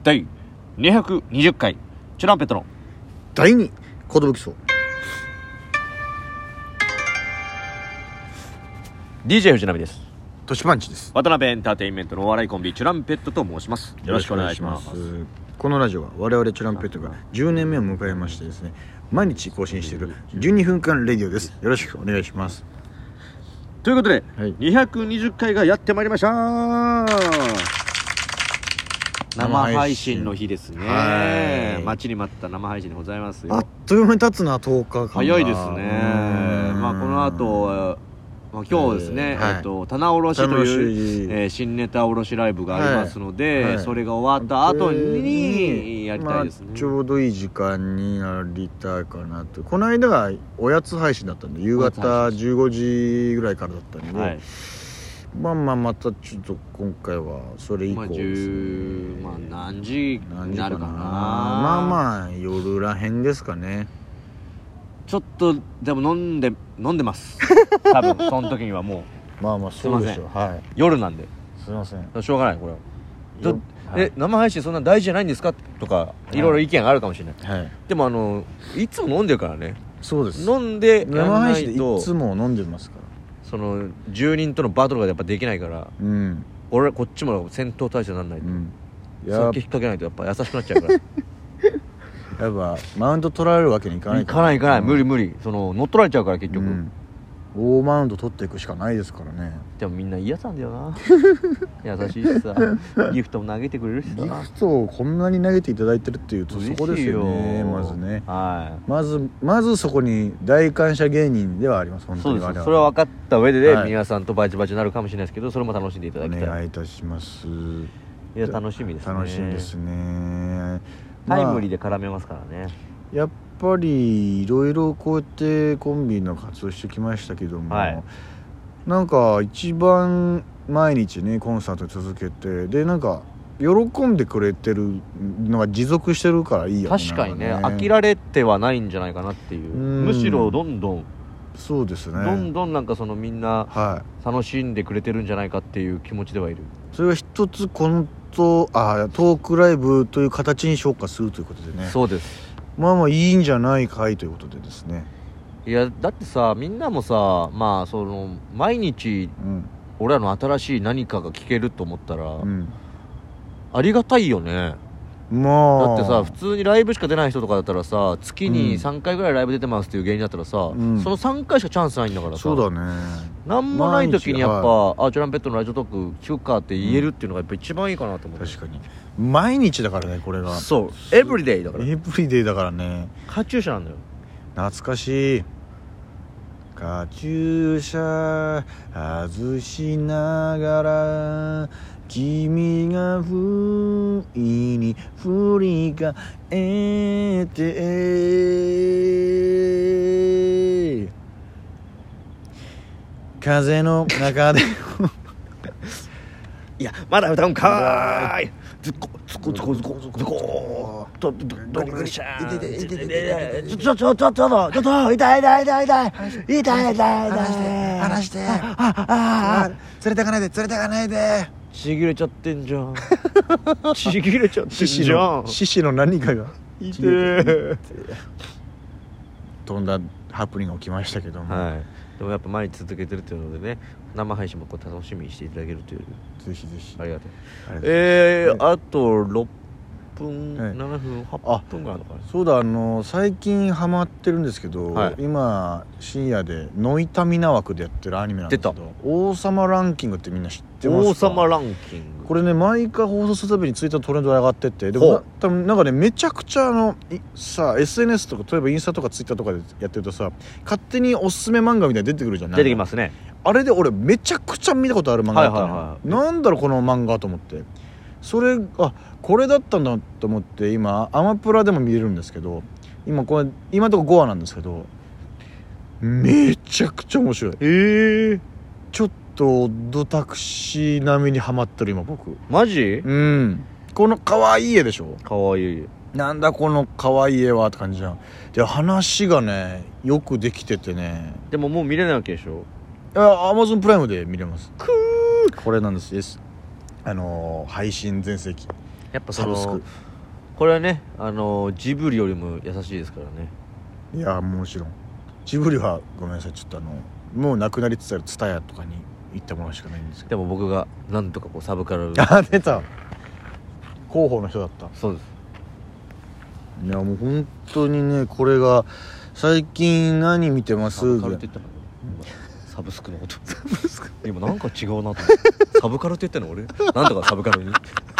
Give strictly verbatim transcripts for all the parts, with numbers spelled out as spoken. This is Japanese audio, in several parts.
だいにひゃくにじゅっかいチュランペットのだいにコトブキソディージェー 藤波です。 トシパンチです。 渡辺エンターテインメントのお笑いコンビチュランペットと申します。よろしくお願いします。 このラジオは我々チュランペットがじゅうねんめを迎えましてですね、毎日更新しているじゅうにふんかんレディオです。よろしくお願いします。 ということで、 はい、 にひゃくにじゅっかいがやってまいりました。生配信の日ですね。はい、待ちに待った生配信でございますよ。 あっという間に経つな、とおかかんが早いですね。まあこの後、まあ、今日ですね、えーはいえー、と棚卸しという、えー、新ネタ卸しライブがありますので、はいはい、それが終わった後にやりたいですね、 まあ、ちょうどいい時間になりたいかなと。この間がおやつ配信だったんで、夕方じゅうごじぐらいからだったんで、はい、まあまあまたちょっと今回はそれ以降ですね、 まあ、まあ、何時になるかな。 まあまあ夜らへんですかね。 ちょっとでも飲んで飲んでます多分その時にはもうまあまあそうですよ、はい、 夜なんですいません、 しょうがない。これは、はい、え生配信そんな大事じゃないんですかとかいろいろ意見があるかもしれない、はい、でもあのいつも飲んでるからね。そうです、飲んでやらないと生配信でいつも飲んでますから、その住人とのバトルがやっぱできないから、うん、俺こっちも戦闘態勢にならないと、うん、酒引っ掛けないとやっぱ優しくなっちゃうからやっぱマウント取られるわけにいかないから、ね、いかないいかない、うん、無理無理。その乗っ取られちゃうから結局、うん、 大マウント取っていくしかないですからね。 でもみんないいやつなんだよな優しいしさギフトも投げてくれるしさ。 ギフトをこんなに投げていただいてるっていうとそこですよね。まずね、はい、まずまずそこに大感謝芸人ではあります。本当にそうです。それは分かった上で、はい、皆さんとバチバチになるかもしれないですけど、それも楽しんでいただきたい。 お願いいたします。 いや楽しみですね。 楽しみですね。 タイムリーで絡めますからね。 やっぱりいろいろこうやってコンビの活動してきましたけども、はい、なんか一番毎日ねコンサート続けて、でなんか喜んでくれてるのが持続してるからいいよね。 確かにね、飽きられてはないんじゃないかなっていう、むしろどんどんそうですね、 どんどんなんかそのみんな楽しんでくれてるんじゃないかっていう気持ちではいる。 それは一つコントあトークライブという形に昇華するということでね。 そうです。 まあまあいいんじゃないかいということでですね。 いやだってさ、みんなもさ、まあその毎日、うん、俺らの新しい何かが聞けると思ったら、うん、ありがたいよね。まあだってさ、普通にライブしか出ない人とかだったらさ、月にさんかいぐらいライブ出てますっていう芸人だったらさ、うん、そのさんかいしかチャンスないんだからさ。 そうだね。 なんもない時にやっぱ、はい、あチュランペットのラジオトーク聞くかって言えるっていうのがやっぱ一番いいかなと思って、うん、 確かに毎日だからねこれが。 そうエブリデイだから。 エブリデイだからね。 カチューシャなんだよ。 懐かしい。カチューシャ外しながら君が不意に振り返って風の中でいやまだ歌うんかーい。ズコズコズコズコズコとどどんぐりしゃーちょちょちょちょちょちょちょ痛い痛い痛い痛い痛い痛い痛い痛い離してあああ連れてかないで連れてかないで。 ちぎれちゃってんじゃんちぎれちゃってんじゃん。 獅子の何かがいてー飛んだハプニングが起きましたけども、 はい、でもやっぱ毎日続けてるっていうのでね、生配信もこう楽しみにしていただけるという。 ぜひぜひありがとう。えー、はい、あとろっぷん、はい、ななふんはっぷんぐらいあるのかな。 そうだ、あの最近ハマってるんですけど、はい、今深夜でノイタミナ枠でやってるアニメなんですけど、王様ランキングってみんな知ってますか？ 王様ランキング、 これね毎回放送するたびにツイッターのトレンドで上がってって、でも多分なんかねめちゃくちゃあのさ エスエヌエス とか例えばインスタとかツイッターとかでやってるとさ、勝手におすすめ漫画みたいに出てくるじゃない。 出てきますね。 あれで俺めちゃくちゃ見たことある漫画だったの、はいはいはい、なんだろうこの漫画と思って、それあこれだったんだと思って今アマプラでも見れるんですけど、今これ今のところごわなんですけど、めちゃくちゃ面白い。えー、ちょっとドタクシー並みにハマってる今僕。 マジ？ うん。この可愛い絵でしょ。 可愛い。 なんだこの可愛い絵はって感じじゃん。で話がねよくできててね。 でももう見れないわけでしょ。 アマゾンプライムで見れます。くーこれなんです。あのー、配信全盛期やっぱそのこれはね、あのジブリよりも優しいですからね。 いやもちろんジブリはごめんなさい、ちょっとあのもうなくなりつつあるツタヤとかに行ったものしかないんですけど。 でも僕がなんとかこうサブカルあ出た広報の人だった。 そうです。 いやもう本当にね、これが最近何見てますサブカルって言ったの、うん、サブスクのことサブスク今なんか違うなと思ってサブカルって言ったの俺なんとかサブカルに、うん、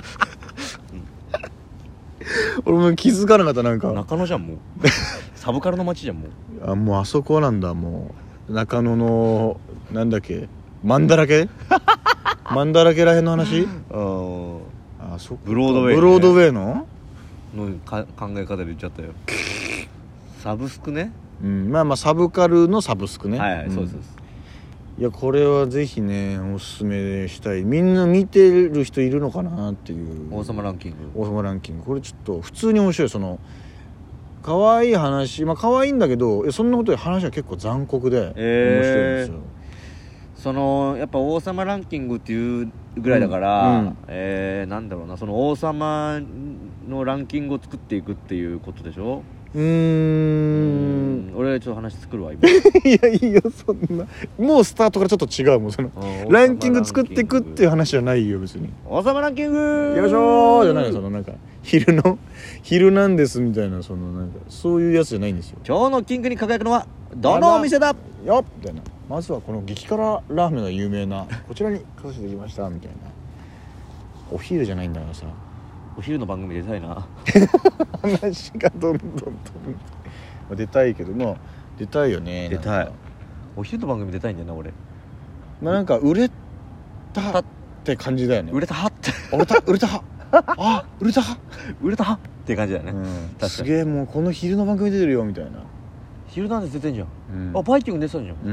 俺も気づかなかった。なんか中野じゃんもうサブカルの街じゃんもう。 あもうあそこなんだ。もう中野のなんだっけマンだらけマンだらけらへんの話ああそっかブロードウェイ、ね、ブロードウェイののか考え方で言っちゃったよサブスクね、 うん、まあまあサブカルのサブスクね。 はいはい、 うん、 そうですそうです。 いやこれはぜひねおすすめしたい。みんな見てる人いるのかなっていう。 王様ランキング王様ランキングこれちょっと普通に面白い。その可愛い話、まあ可愛いんだけどそんなことで話は結構残酷で面白いんですよ、えー、そのやっぱ王様ランキングっていうぐらいだから、うんうん、えー、なんだろうな、その王様のランキングを作っていくっていうことでしょ。 うーん俺ちょっと話作るわ今いやいいよそんな。もうスタートからちょっと違うもん。そのランキング作っていくっていう話じゃないよ別に。 王様ランキングよいしょーじゃないよ。そのなんか昼の昼なんですみたいな、そのなんかそういうやつじゃないんですよ。 今日のキングに輝くのはどのお店だよっみたいな。まずはこの激辛ラーメンが有名なこちらに来させてきましたみたいな。お昼じゃないんだからさ。 お昼の番組出たいな話がどんどんどんどん出たいけどまあ出たいよね。 出たい。お昼の番組出たいんだよな俺。 まあなんか売れたって感じだよね。 売れたはって売れた売れたはあ売れたは売れたはって感じだよね、うん、確かに。 すげえもうこの昼の番組出てるよみたいな。 昼なんで出てんじゃん、うん、あバイキング出てたんじゃん、うん、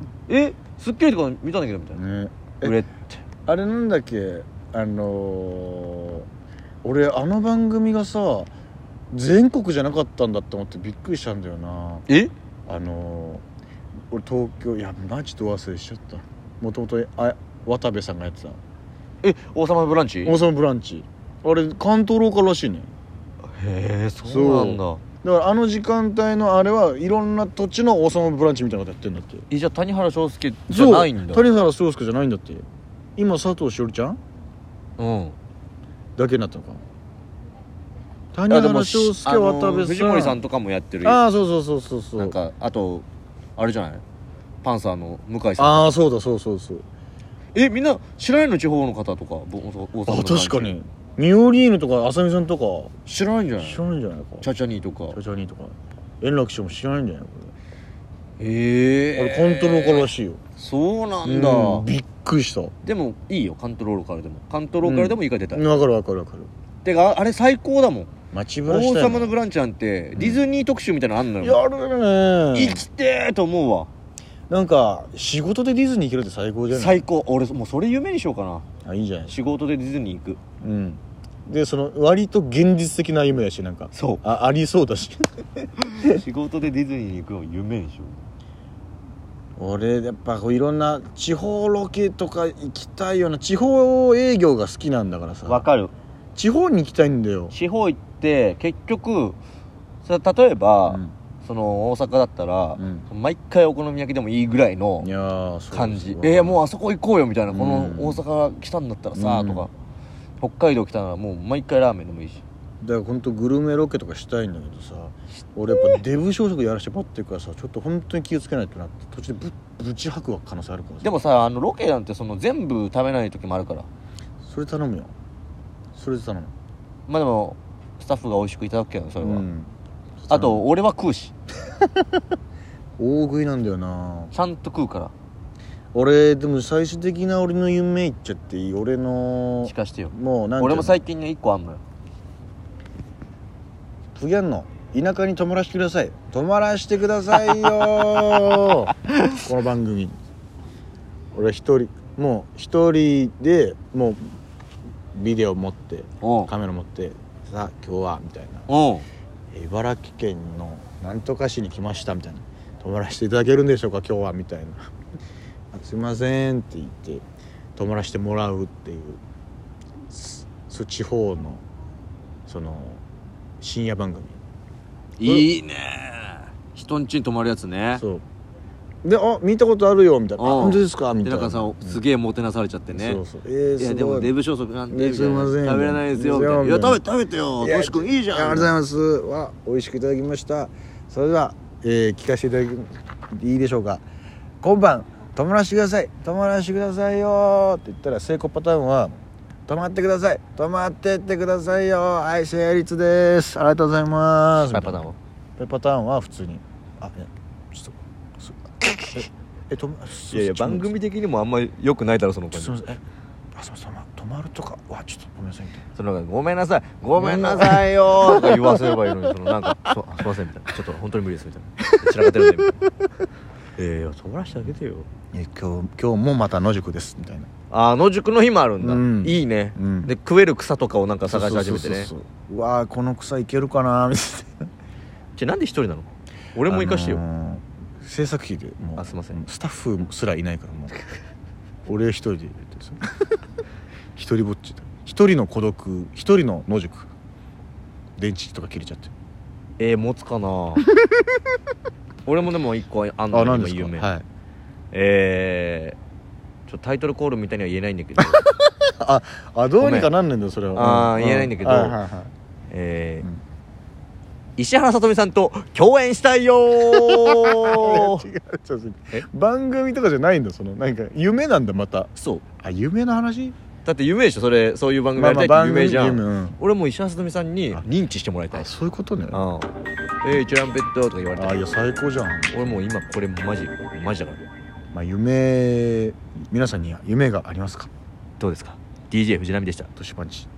えスッキリとか見たんだけどみたいな、ね、売れってあれなんだっけあのー俺あの番組がさ全国じゃなかったんだって思ってびっくりしたんだよな。 えあのー、俺東京いやマジと忘れしちゃった。もともと渡部さんがやってたえ王様ブランチ王様ブランチあれ関東ローカルらしいね。 へえそうなんだ。 だからあの時間帯のあれはいろんな土地の王様ブランチみたいなことやってるんだって。 えじゃあ谷原章介じゃないんだ。 谷原章介じゃないんだって。今佐藤しおりちゃんうんだけになったのか。谷原章介渡部さん藤森さんとかもやってるよ。 ああそうそうそうそうそう。 なんかあとあれじゃないパンサーの向井さん。 ああそうだそうそうそう。 えみんな知らないの地方の方とか大阪の。あ確かにミオリーヌとか浅見さんとか知らないんじゃない知らないんじゃないか。 チャチャニーとかチャチャニーとか円楽師匠も知らないんじゃないこれ。へえあれコントローカルらしいよ。 そうなんだ、 うん、びっくりした。 でもいいよカントローカルでもカントローカルでもいいから出たい。 わ、うん、かるわかるわかる。 てかあれ最高だもん。 街ブラしたい王様のブランチなんて、うん、ディズニー特集みたいなのあんのよ。 やるね生きてーと思うわ。 なんか仕事でディズニー行けるって最高じゃない。 最高。俺もうそれ夢にしようかな。 あいいじゃない。 仕事でディズニー行く。 うんでその割と現実的な夢だしなんかそうあ, ありそうだし仕事でディズニーに行くのを夢にしよう。俺やっぱこういろんな地方ロケとか行きたいような。地方営業が好きなんだからさ。 わかる。 地方に行きたいんだよ。 地方行って結局さ例えば、うん、その大阪だったら、うん、毎回お好み焼きでもいいぐらいの感じ。えー、もうあそこ行こうよみたいな、うん、この大阪来たんだったらさ、うん、とか北海道来たらもう毎回ラーメンでもいいし。 だから本当グルメロケとかしたいんだけどさ俺やっぱデブ小食やらしてもらってるからさちょっと本当に気をつけないとなって途中で ぶ, ぶち吐く可能性あるからさ。 でもさあのロケなんてその全部食べない時もあるから。 それ頼むよ。それで頼む。 まあでもスタッフが美味しくいただくけどそれは、うん、あと俺は食うし大食いなんだよな。 ちゃんと食うから。 俺でも最終的な俺の夢言っちゃっていい。俺の聞かしてよ。 もうなんて俺も最近ねいっこあんのよ。 次やんの田舎に泊まらせてください。泊まらせてくださいよこの番組俺一人もう一人でもうビデオ持ってカメラ持ってさあ今日はみたいな茨城県のなんとか市に来ましたみたいな泊まらせていただけるんでしょうか今日はみたいなすいませんって言って泊まらせてもらうっていうそう地方のその深夜番組いいね人ん家に泊まるやつねそうであ見たことあるよみたいな本当ですかみたいなでなんかさ、うん、すげえもてなされちゃってねそうそうえー、 いやでもデブ消息なんで、 すいません食べれないですよみたいないや食べ食べてよとしくんいいじゃんありがとうございますわ美味しくいただきましたそれでは、えー、聞かせていただきいいでしょうか今晩泊まらせてください泊まらせてくださいよって言ったら成功パターンは泊まってください泊まってってくださいよはい成立ですありがとうございますパイパターンはパイパターンは普通にあいやちょっとええといやいや番組的にもあんまり良くないだろその感じすいませんえあすいません泊まるとかわちょっとごめんなさいみたいなそのごめんなさいごめんなさいよとか言わせればいいのにそのなんかそすいませんみたいなちょっと本当に無理ですみたいな散らかってるんでみたいなええー、泊まらせてあげてよ今日今日もまた野宿ですみたいなああ野宿の日もあるんだ、うん、いいね、 うん、 で食える草とかをなんか探し始めてねそうそうそうそううわーこの草いけるかなみたいなじゃあなんで一人なの俺も行かしてよ、あのー、制作費でもうあすいませんスタッフすらいないからもう俺一人で入れて一人ぼっちだ一人の孤独一人の野宿電池とか切れちゃってえー、持つかな俺もでも一個あんの今有名、はい、えー、ちょっとタイトルコールみたいには言えないんだけどああどうにかなんないんだよそれはああ言えないんだけど、はいはいはい、えーうん、石原さとみさんと共演したいよー違うちょっと番組とかじゃないんだそのなんか夢なんだまたそうあ夢の話だって夢でしょそれそういう番組やりたいって夢じゃん、まあまあうん、俺も石原さとみさんに認知してもらいたいそういうことねあえー、チュランペットとか言われてあいや最高じゃん俺もう今これマジマジだからまあ夢皆さんには夢がありますかどうですか ディージェー 藤波でしたトシパンチ